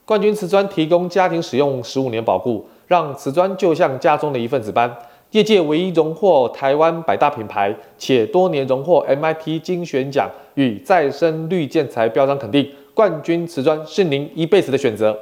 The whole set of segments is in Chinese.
冠军瓷砖提供家庭使用15年保固，让瓷砖就像家中的一份子般。业界唯一荣获台湾100大品牌，且多年荣获 MIT 精选奖与再生绿建材标章肯定，冠军瓷砖是您一辈子的选择。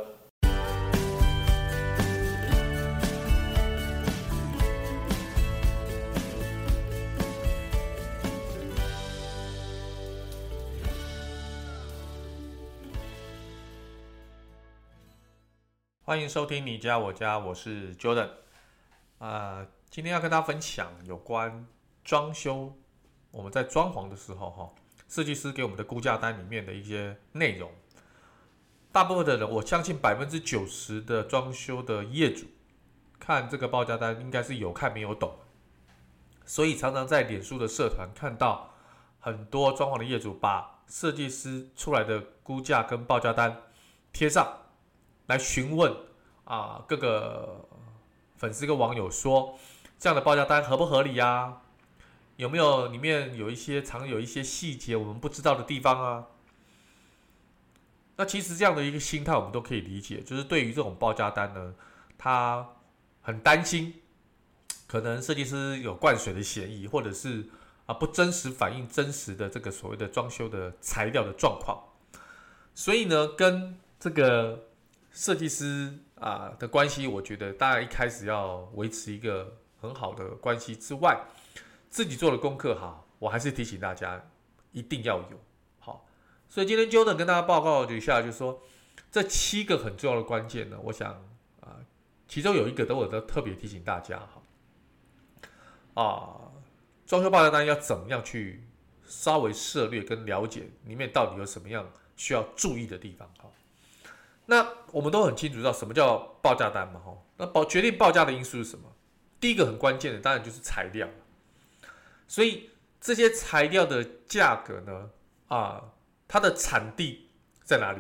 欢迎收听你家我家，我是 Jordan。今天要跟大家分享有关装修，我们在装潢的时候，设计师给我们的估价单里面的一些内容。大部分的人，我相信90%的装修的业主看这个报价单应该是有看没有懂，所以常常在脸书的社团看到很多装潢的业主把设计师出来的估价跟报价单贴上来询问各个粉丝跟网友说，这样的报价单合不合理啊？有没有里面常有一些细节我们不知道的地方啊？那其实这样的一个心态我们都可以理解，就是对于这种报价单呢，他很担心可能设计师有灌水的嫌疑，或者是不真实反映真实的这个所谓的装修的材料的状况。所以呢，跟这个设计师的关系，我觉得大家一开始要维持一个很好的关系之外，自己做的功课好，我还是提醒大家一定要有好。所以今天 Jordan 跟大家报告一下，就是说这7个很重要的关键呢，我想其中有一个我都特别提醒大家装修报价单要怎么样去稍微涉略跟了解里面到底有什么样需要注意的地方。那我们都很清楚知道什么叫报价单嘛，那决定报价的因素是什么？第一个很关键的当然就是材料，所以这些材料的价格呢，它的产地在哪里？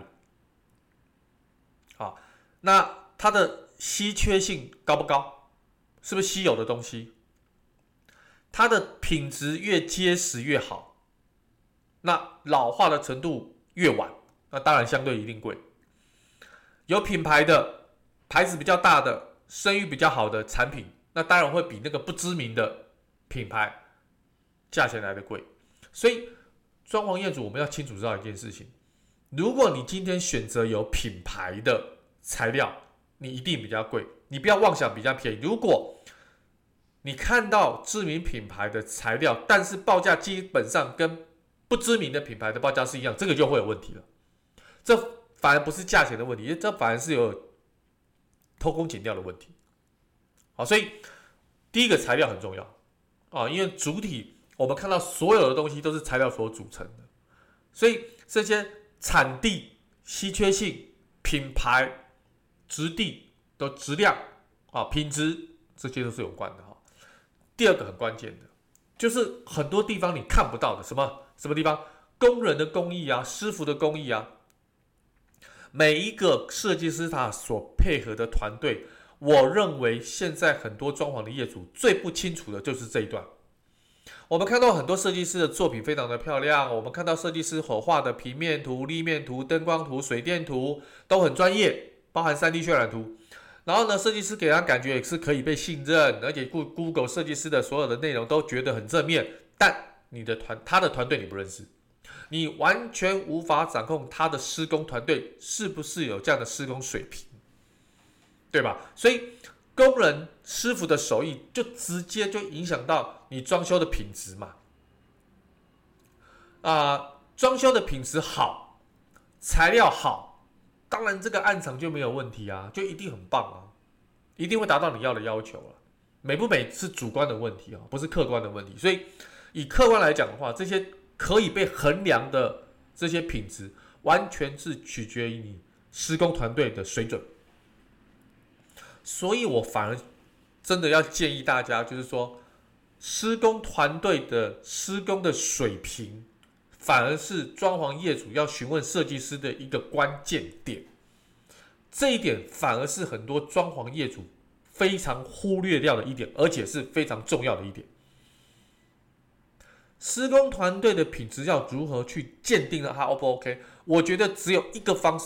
那它的稀缺性高不高？是不是稀有的东西？它的品质越结实越好，那老化的程度越晚，那当然相对一定贵。有品牌的、牌子比较大的、声誉比较好的产品，那当然会比那个不知名的品牌价钱来的贵。所以装潢业主我们要清楚知道一件事情，如果你今天选择有品牌的材料，你一定比较贵，你不要妄想比较便宜。如果你看到知名品牌的材料，但是报价基本上跟不知名的品牌的报价是一样，这个就会有问题了。这反而不是价钱的问题，这反而是有偷工减料的问题。所以第一个材料很重要因为主体我们看到所有的东西都是材料所组成的，所以这些产地、稀缺性、品牌、质地的质量品质，这些都是有关的。第二个很关键的就是很多地方你看不到的，什么地方？工人的工艺师傅的工艺每一个设计师他所配合的团队，我认为现在很多装潢的业主最不清楚的就是这一段。我们看到很多设计师的作品非常的漂亮，我们看到设计师所画的平面图、立面图、灯光图、水电图都很专业，包含 3D 渲染图。然后呢，设计师给他感觉也是可以被信任，而且 Google 设计师的所有的内容都觉得很正面，但他的团队你不认识，你完全无法掌控他的施工团队是不是有这样的施工水平，对吧？所以工人师傅的手艺就直接就影响到你装修的品质嘛。装修的品质好，材料好，当然这个案场就没有问题就一定很棒一定会达到你要的要求美不美是主观的问题不是客观的问题。所以以客观来讲的话，这些可以被衡量的这些品质，完全是取决于你施工团队的水准。所以我反而真的要建议大家，就是说施工团队的施工的水平，反而是装潢业主要询问设计师的一个关键点。这一点反而是很多装潢业主非常忽略掉的一点，而且是非常重要的一点。施工团队的品质要如何去鉴定它 O 不 OK？ 我觉得只有一个方式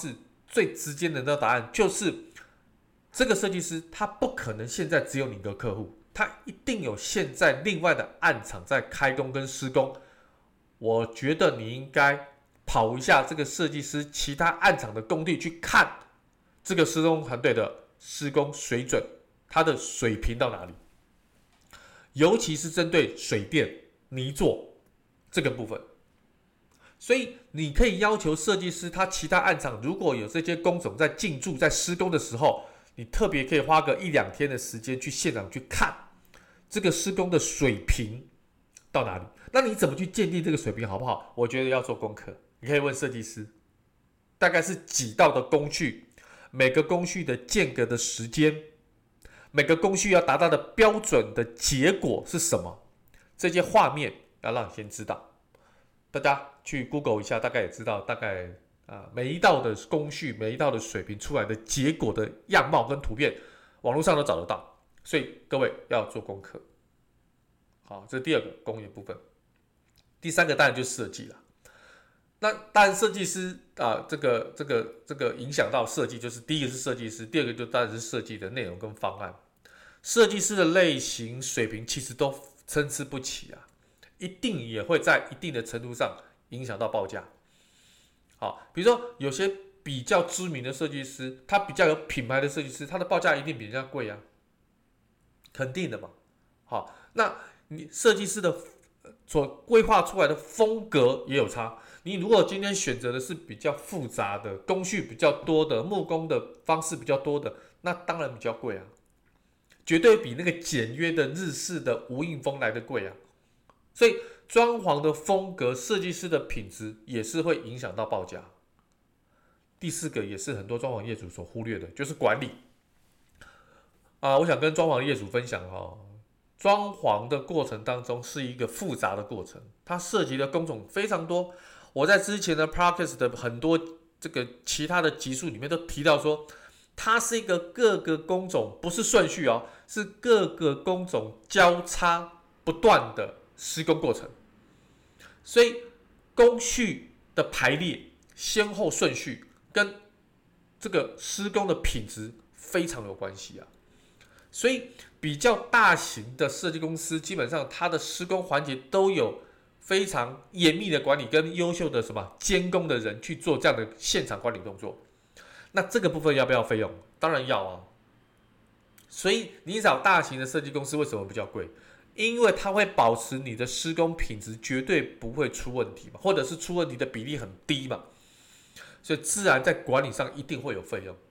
最直接得到答案，就是这个设计师他不可能现在只有你一个客户，他一定有现在另外的案场在开工跟施工。我觉得你应该跑一下这个设计师其他案场的工地，去看这个施工团队的施工水准，它的水平到哪里，尤其是针对水电、泥作这个部分。所以你可以要求设计师，他其他案场如果有这些工种在进驻、在施工的时候，你特别可以花个1-2天的时间去现场去看这个施工的水平到哪里。那你怎么去鉴定这个水平好不好？我觉得要做功课。你可以问设计师，大概是几道的工序，每个工序的间隔的时间，每个工序要达到的标准的结果是什么？这些画面要让你先知道。大家去 Google 一下，大概也知道大概每一道的工序、每一道的水平出来的结果的样貌跟图片，网络上都找得到。所以各位要做功课。好，这是第二个工业部分。第三个当然就是设计了。那当然设计师这个影响到设计，就是第一个是设计师，第二个就当然是设计的内容跟方案。设计师的类型水平其实都参差不齐啊，一定也会在一定的程度上影响到报价。好，比如说有些比较知名的设计师，他比较有品牌的设计师，他的报价一定比人家贵啊，肯定的嘛。好，那你设计师的所规划出来的风格也有差。你如果今天选择的是比较复杂的、工序比较多的、木工的方式比较多的，那当然比较贵啊，绝对比那个简约的日式的无印风来的贵啊。所以装潢的风格、设计师的品质也是会影响到报价。第四个也是很多装潢业主所忽略的，就是管理。我想跟装潢业主分享装潢的过程当中是一个复杂的过程，它涉及的工种非常多。我在之前的 Podcast 的很多这个其他的集数里面都提到说，它是一个各个工种不是顺序是各个工种交叉不断的施工过程，所以工序的排列、先后顺序跟这个施工的品质非常有关系啊。所以比较大型的设计公司，基本上它的施工环节都有非常严密的管理跟优秀的监工的人去做这样的现场管理动作。那这个部分要不要费用？当然要啊。所以你找大型的设计公司为什么比较贵？因为它会保持你的施工品质绝对不会出问题嘛，或者是出问题的比例很低嘛，所以自然在管理上一定会有费用。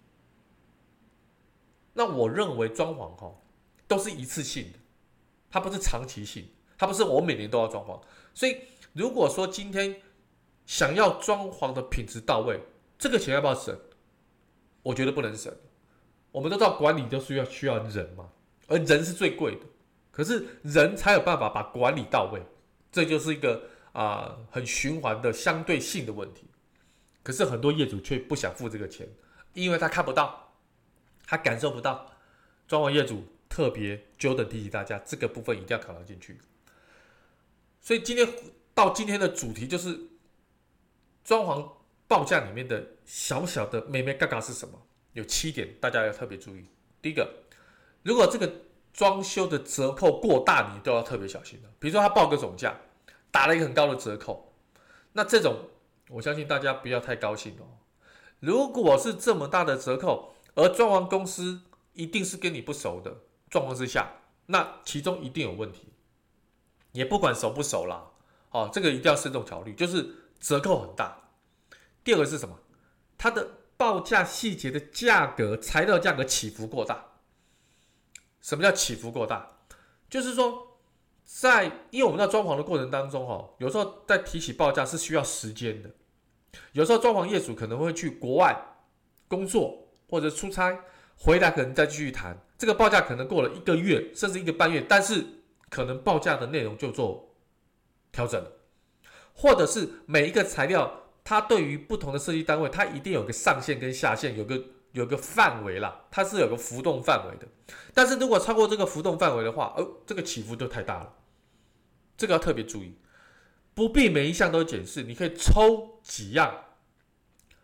那我认为装潢都是一次性的，它不是长期性，它不是我每年都要装潢。所以如果说今天想要装潢的品质到位，这个钱要不要省？我觉得不能省。我们都知道管理都需要人嘛，而人是最贵的，可是人才有办法把管理到位，这就是一个很循环的相对性的问题。可是很多业主却不想付这个钱，因为他看不到，他感受不到。装潢业主特别 Jordan 提醒大家，这个部分一定要考量进去。所以今天的主题就是装潢报价里面的小小的眉眉角角是什么？有7点，大家要特别注意。第一个，如果这个装修的折扣过大，你都要特别小心的。比如说他报个总价，打了一个很高的折扣，那这种我相信大家不要太高兴哦。如果是这么大的折扣，而装潢公司一定是跟你不熟的状况之下，那其中一定有问题，也不管熟不熟啦。这个一定要慎重考虑，就是折扣很大。第二个是什么？它的报价细节的价格、材料价格起伏过大。什么叫起伏过大？就是说，因为我们在装潢的过程当中，有时候在提起报价是需要时间的。有时候装潢业主可能会去国外工作或者出差，回来可能再继续谈，这个报价可能过了1个月甚至1个半月，但是可能报价的内容就做调整了，或者是每一个材料，它对于不同的设计单位，它一定有个上限跟下限，有个范围啦，它是有个浮动范围的。但是如果超过这个浮动范围的话，这个起伏就太大了，这个要特别注意，不必每一项都检视，你可以抽几样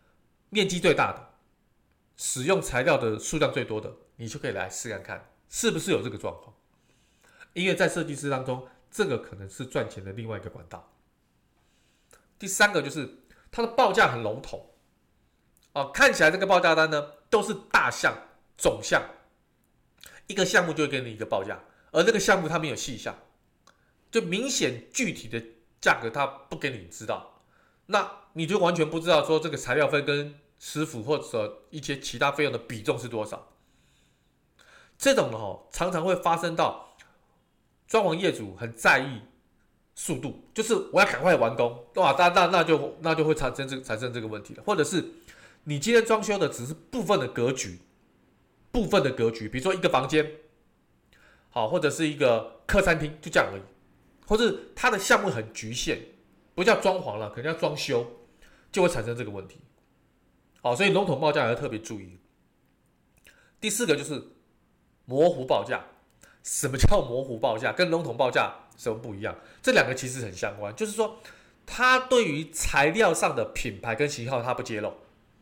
面积最大的、使用材料的数量最多的，你就可以来试看看是不是有这个状况。因为在设计师当中，这个可能是赚钱的另外一个管道。第三个就是它的报价很笼统，看起来这个报价单呢都是大项总项，一个项目就会给你一个报价，而这个项目它没有细项，就明显具体的价格它不给你知道，那你就完全不知道说这个材料费跟师傅或者一些其他费用的比重是多少。这种的常常会发生到装潢业主很在意速度，就是我要赶快完工，哇，那就会产生这个问题了。或者是你今天装修的只是部分的格局，比如说一个房间，好，或者是一个客餐厅，就这样而已，或是它的项目很局限，不叫装潢了，可能叫装修，就会产生这个问题。好，所以笼统报价也要特别注意。第四个就是模糊报价。什么叫模糊报价？跟笼统报价什么不一样？这两个其实很相关，就是说，它对于材料上的品牌跟型号，它不揭露，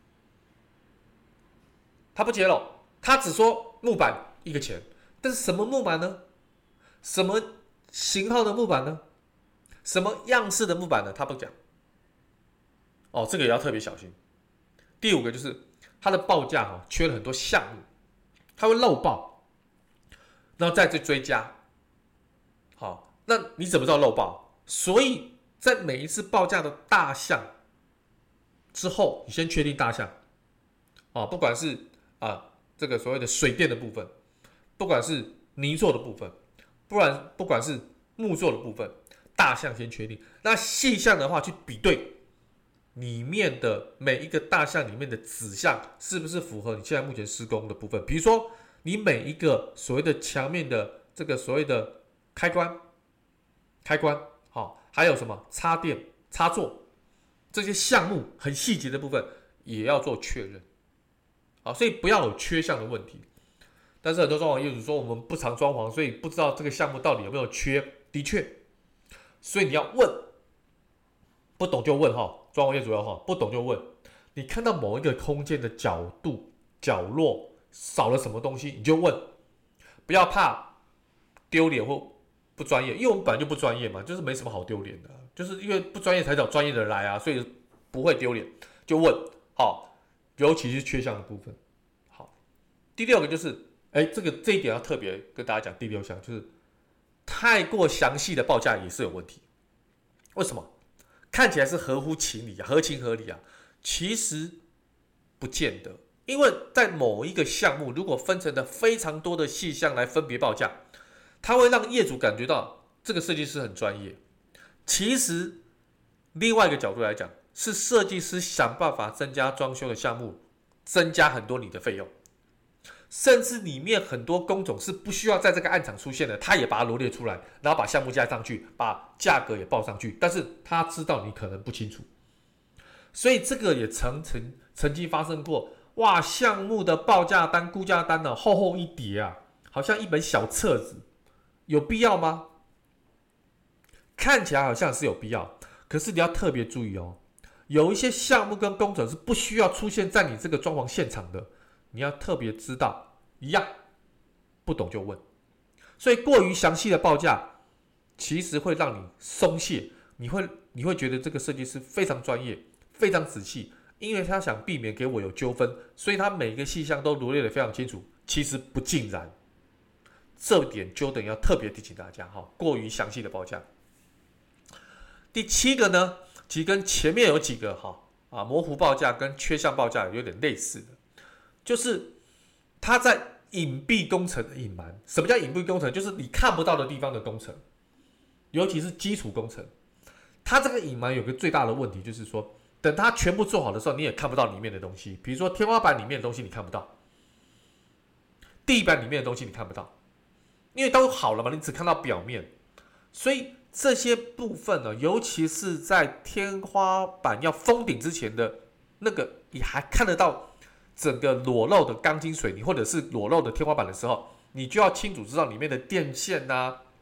它只说木板一个钱，但是什么木板呢？什么型号的木板呢？什么样式的木板呢？它不讲。这个也要特别小心。第五个就是它的报价缺了很多项目，它会漏报。然后再追加，好，那你怎么知道漏报？所以在每一次报价的大项之后，你先确定大项，不管是这个所谓的水电的部分，不管是泥做的部分，不管是木做的部分，大项先确定。那细项的话，去比对里面的每一个大项里面的子项是不是符合你现在目前施工的部分，比如说。你每一个所谓的墙面的这个所谓的开关，好，还有什么插电、插座这些项目很细节的部分也要做确认，好，所以不要有缺项的问题。但是很多装潢业主说我们不常装潢，所以不知道这个项目到底有没有缺。的确，所以你要问，不懂就问装潢业主要不懂就问。你看到某一个空间的角度、角落。少了什么东西你就问，不要怕丢脸或不专业，因为我们本来就不专业嘛，就是没什么好丢脸的，就是因为不专业才找专业的人来啊，所以不会丢脸，就问，好，尤其是缺项的部分。好，第六个就是，这一点要特别跟大家讲，第六项就是太过详细的报价也是有问题。为什么？看起来是合乎情理啊，合情合理啊，其实不见得。因为在某一个项目，如果分成了非常多的细项来分别报价，它会让业主感觉到这个设计师很专业。其实，另外一个角度来讲，是设计师想办法增加装修的项目，增加很多你的费用，甚至里面很多工种是不需要在这个案场出现的，他也把它罗列出来，然后把项目加上去，把价格也报上去，但是他知道你可能不清楚，所以这个也曾经发生过。哇，项目的报价单、估价单呢，厚厚一叠啊，好像一本小册子，有必要吗？看起来好像是有必要，可是你要特别注意有一些项目跟工程是不需要出现在你这个装潢现场的，你要特别知道，一样，不懂就问。所以过于详细的报价，其实会让你松懈，你会觉得这个设计师非常专业、非常仔细。因为他想避免给我有纠纷，所以他每一个细项都罗列得非常清楚。其实不尽然，这点 Jordan 要特别提醒大家过于详细的报价。第七个呢，其实跟前面有几个模糊报价跟缺项报价有点类似的，就是他在隐蔽工程的隐瞒。什么叫隐蔽工程？就是你看不到的地方的工程，尤其是基础工程。它这个隐瞒有个最大的问题，就是说。等它全部做好的时候，你也看不到里面的东西。比如说天花板里面的东西你看不到，地板里面的东西你看不到，因为都好了嘛，你只看到表面。所以这些部分呢，尤其是在天花板要封顶之前的那个，你还看得到整个裸露的钢筋水泥，或者是裸露的天花板的时候，你就要清楚知道里面的电线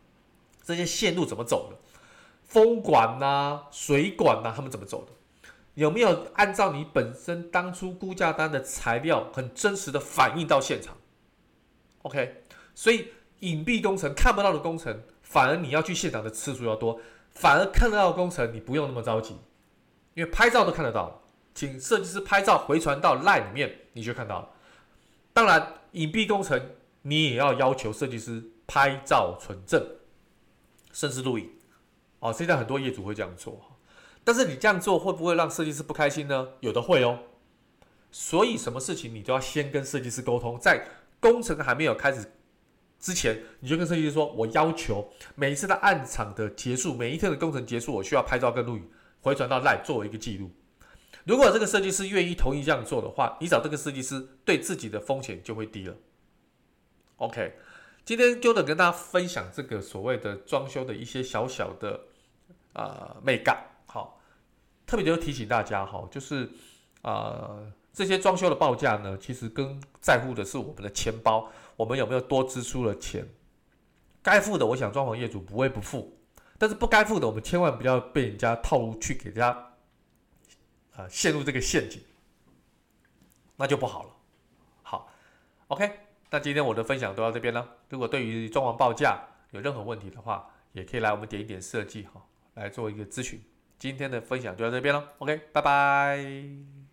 这些线路怎么走的，风管水管它们怎么走的。 有没有按照你本身当初估价单的材料很真实的反映到现场 ？OK， 所以隐蔽工程看不到的工程，反而你要去现场的次数要多，反而看得到的工程你不用那么着急，因为拍照都看得到，请设计师拍照回传到 LINE 里面，你就看到了。当然，隐蔽工程你也要要求设计师拍照存证，甚至录影。哦，现在很多业主会这样做，但是你这样做会不会让设计师不开心呢？有的会哦。所以什么事情你都要先跟设计师沟通，在工程还没有开始之前，你就跟设计师说，我要求每一次的案场的结束，每一天的工程结束，我需要拍照跟录影回传到 LINE 作为一个记录。如果这个设计师愿意同意这样做的话，你找这个设计师对自己的风险就会低了。OK， 今天 Jordan 跟大家分享这个所谓的装修的一些小小的美感，好，特别就提醒大家哈，就是这些装修的报价呢，其实更在乎的是我们的钱包，我们有没有多支出了钱。该付的，我想装潢业主不会不付，但是不该付的，我们千万不要被人家套路去给人家陷入这个陷阱，那就不好了。好 ，OK， 那今天我的分享都到这边了。如果对于装潢报价有任何问题的话，也可以来我们点一点设计来做一个咨询。今天的分享就到这边了 ，OK， 拜拜。